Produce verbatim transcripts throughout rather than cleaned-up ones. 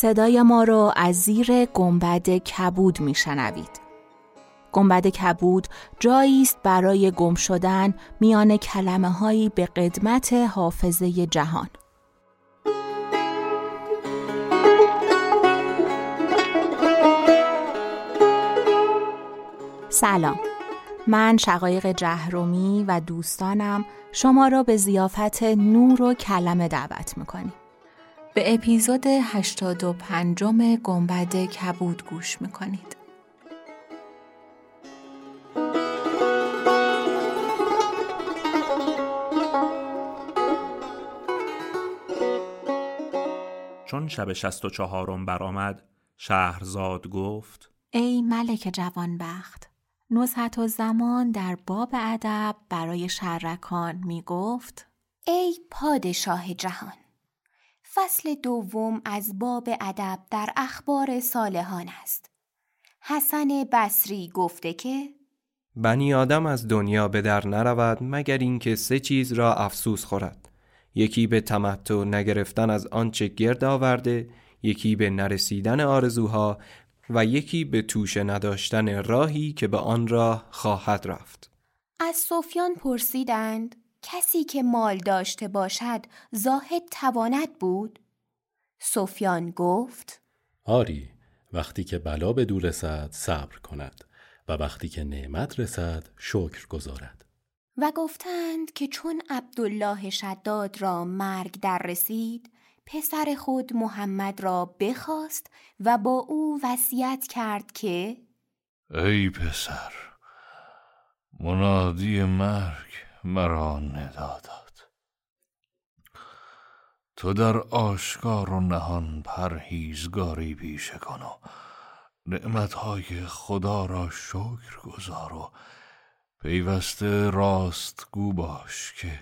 صدای ما رو از زیر گنبد کبود میشنوید. گنبد کبود جایی است برای گم شدن میان کلمه هایی به قدمت حافظه جهان. سلام، من شقایق جهرومی و دوستانم شما را به ضیافت نور و کلمه دعوت میکنیم. به اپیزود هشتاد و پنجم گنبد کبود گوش میکنید. چون شب شست و چهارم برآمد، شهرزاد گفت: ای ملک جوانبخت، نزهت الزمان در باب ادب برای شررکان می گفت: ای پادشاه جهان، فصل دوم از باب ادب در اخبار صالحان است. حسن بصری گفته که بنی آدم از دنیا به در نرود مگر اینکه سه چیز را افسوس خورد. یکی به تمتع نگرفتن از آنچه گرد آورده، یکی به نرسیدن آرزوها و یکی به توشه نداشتن راهی که به آن راه خواهد رفت. از سفیان پرسیدند کسی که مال داشته باشد زاهد تواند بود؟ سفیان گفت: آری، وقتی که بلا به دو رسد صبر کند و وقتی که نعمت رسد شکر گزارد. و گفتند که چون عبدالله شداد را مرگ در رسید، پسر خود محمد را بخواست و با او وصیت کرد که ای پسر، منادی مرگ مرا ندا داد. تو در آشکار و نهان پرهیزگاری پیشه کن و نعمتهای خدا را شکر گزار و پیوسته راست گو باش که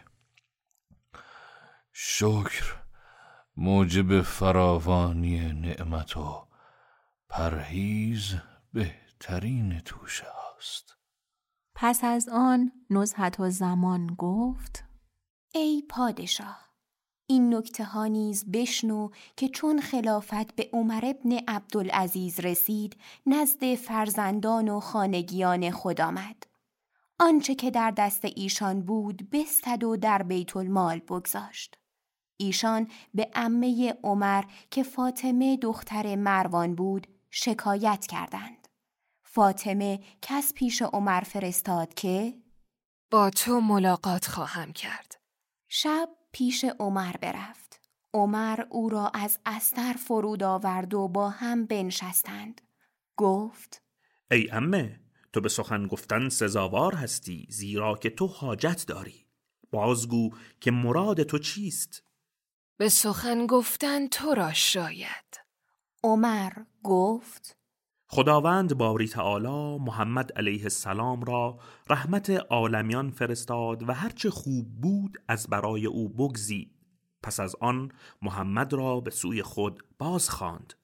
شکر موجب فراوانی نعمت و پرهیز بهترین توشه هاست. پس از آن نزهت الزمان گفت: ای پادشاه، این نکته ها نیز بشنو که چون خلافت به عمر ابن عبدالعزیز رسید، نزد فرزندان و خانگیان خود آمد. آنچه که در دست ایشان بود بستد و در بیت المال بگذاشت. ایشان به عمه عمر که فاطمه دختر مروان بود شکایت کردند. فاطمه کس پیش عمر فرستاد که با تو ملاقات خواهم کرد. شب پیش عمر برفت. عمر او را از استر فرود آورد و با هم بنشستند. گفت: ای عمه، تو به سخن گفتن سزاوار هستی، زیرا که تو حاجت داری. بازگو که مراد تو چیست؟ به سخن گفتن تو را شاید. عمر گفت: خداوند باری تعالی محمد علیه السلام را رحمت عالمیان فرستاد و هرچه خوب بود از برای او بگزید. پس از آن محمد را به سوی خود باز خواند.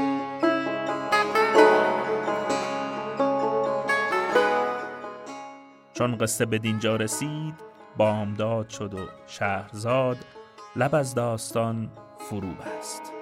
چون قصه به دینجا رسید، بامداد شد و شهرزاد لب از داستان فرو بست.